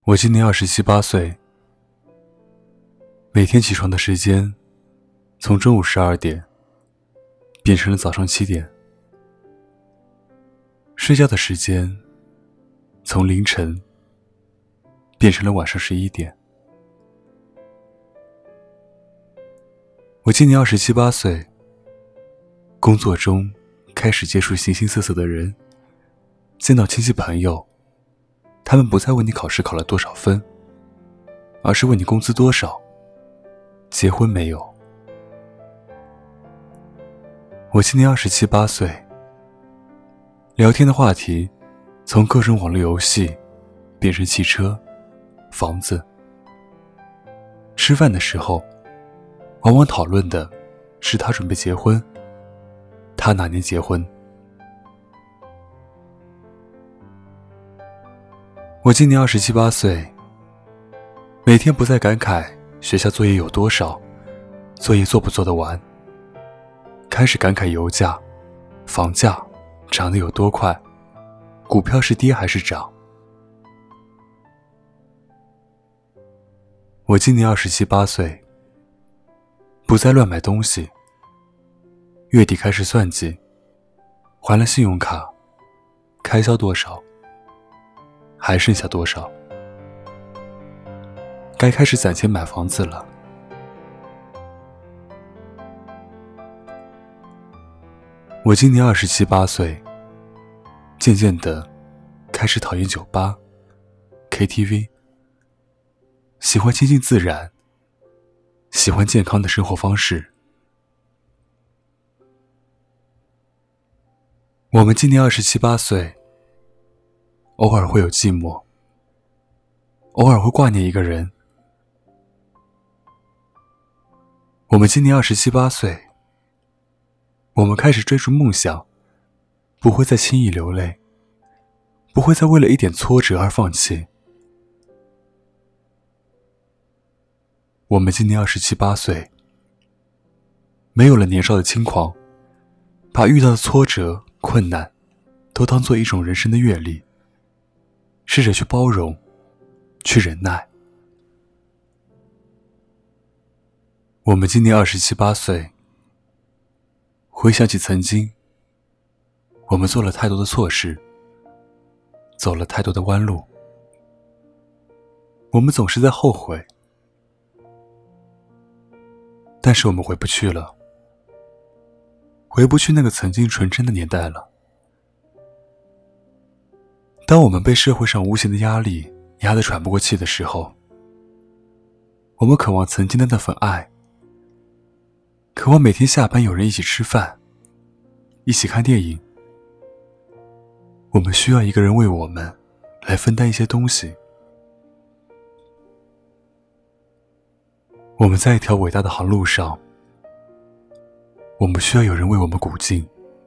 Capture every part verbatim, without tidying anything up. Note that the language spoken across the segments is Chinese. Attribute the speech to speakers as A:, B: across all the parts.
A: 我今年二十七八岁，每天起床的时间从中午十二点变成了早上七点，睡觉的时间从凌晨变成了晚上十一点。我今年二十七八岁，工作中开始接触形形色色的人，见到亲戚朋友，他们不再问你考试考了多少分，而是问你工资多少，结婚没有。我今年二十七八岁，聊天的话题从各种网络游戏变成汽车、房子。吃饭的时候，往往讨论的是他准备结婚，他哪年结婚。我今年二十七八岁，每天不再感慨学校作业有多少，作业做不做得完，开始感慨油价、房价涨得有多快，股票是跌还是涨。我今年二十七八岁，不再乱买东西，月底开始算计，还了信用卡，开销多少，还剩下多少，该开始攒钱买房子了。我今年二十七八岁，渐渐的开始讨厌酒吧、K T V， 喜欢亲近自然，喜欢健康的生活方式。我们今年二十七八岁，偶尔会有寂寞，偶尔会挂念一个人。我们今年二十七八岁，我们开始追逐梦想，不会再轻易流泪，不会再为了一点挫折而放弃。我们今年二十七八岁，没有了年少的轻狂，把遇到的挫折、困难都当作一种人生的阅历，试着去包容，去忍耐。我们今年二十七八岁，回想起曾经，我们做了太多的错事，走了太多的弯路，我们总是在后悔，但是我们回不去了，回不去那个曾经纯真的年代了。当我们被社会上无形的压力压得喘不过气的时候，我们渴望曾经的那份爱，渴望每天下班有人一起吃饭，一起看电影。我们需要一个人为我们来分担一些东西。我们在一条伟大的航路上，我们需要有人为我们鼓劲。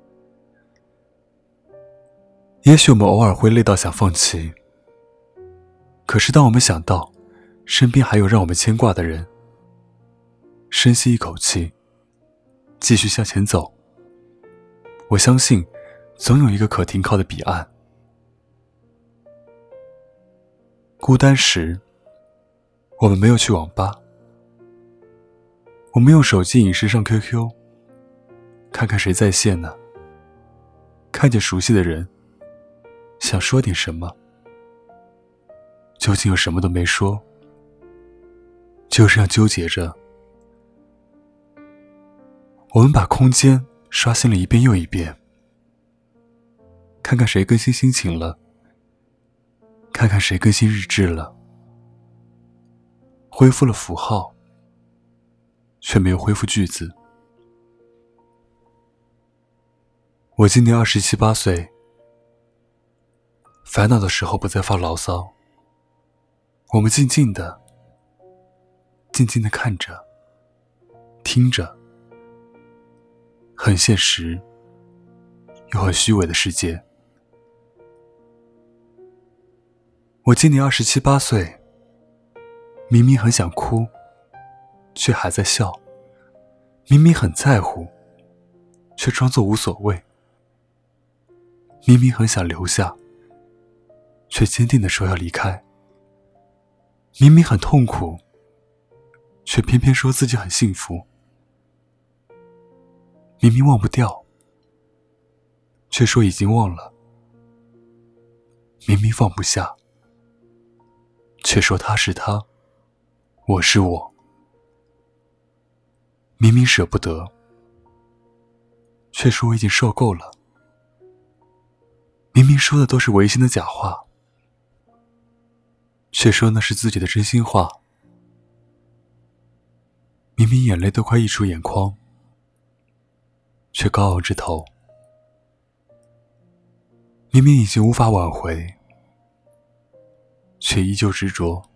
A: 也许我们偶尔会累到想放弃，可是当我们想到身边还有让我们牵挂的人，深吸一口气，继续向前走，我相信总有一个可停靠的彼岸。孤单时，我们没有去网吧，我们用手机隐身上 Q Q， 看看谁在线呢？看见熟悉的人，想说点什么，究竟有什么都没说，就这样纠结着。我们把空间刷新了一遍又一遍，看看谁更新心情了，看看谁更新日志了，恢复了符号，却没有恢复句子。我今年二十七八岁，烦恼的时候不再发牢骚，我们静静的静静的看着，听着，很现实又很虚伪的世界。我今年二十七八岁，明明很想哭，却还在笑；明明很在乎，却装作无所谓；明明很想留下，却坚定地说要离开。 明明很痛苦，却偏偏说自己很幸福。明明忘不掉，却说已经忘了。明明放不下，却说他是他，我是我。明明舍不得，却说我已经受够了。明明说的都是违心的假话，却说那是自己的真心话。明明眼泪都快溢出眼眶，却高昂着头。明明已经无法挽回，却依旧执着。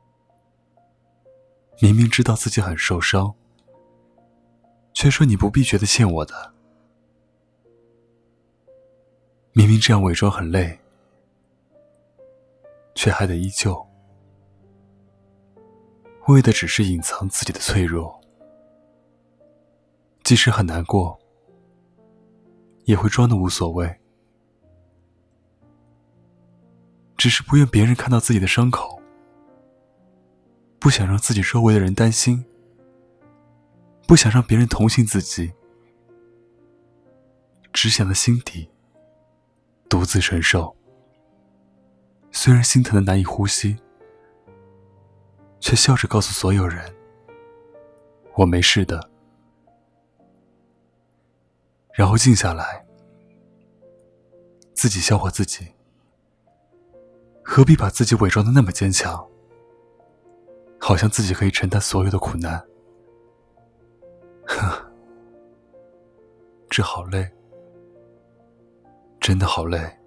A: 明明知道自己很受伤，却说你不必觉得欠我的。明明这样伪装很累，却还得依旧，为的只是隐藏自己的脆弱。即使很难过，也会装得无所谓，只是不愿别人看到自己的伤口，不想让自己周围的人担心，不想让别人同情自己，只想在心底独自承受。虽然心疼得难以呼吸，却笑着告诉所有人，我没事的。然后静下来，自己消化自己。何必把自己伪装得那么坚强，好像自己可以承担所有的苦难。呵，这好累，真的好累。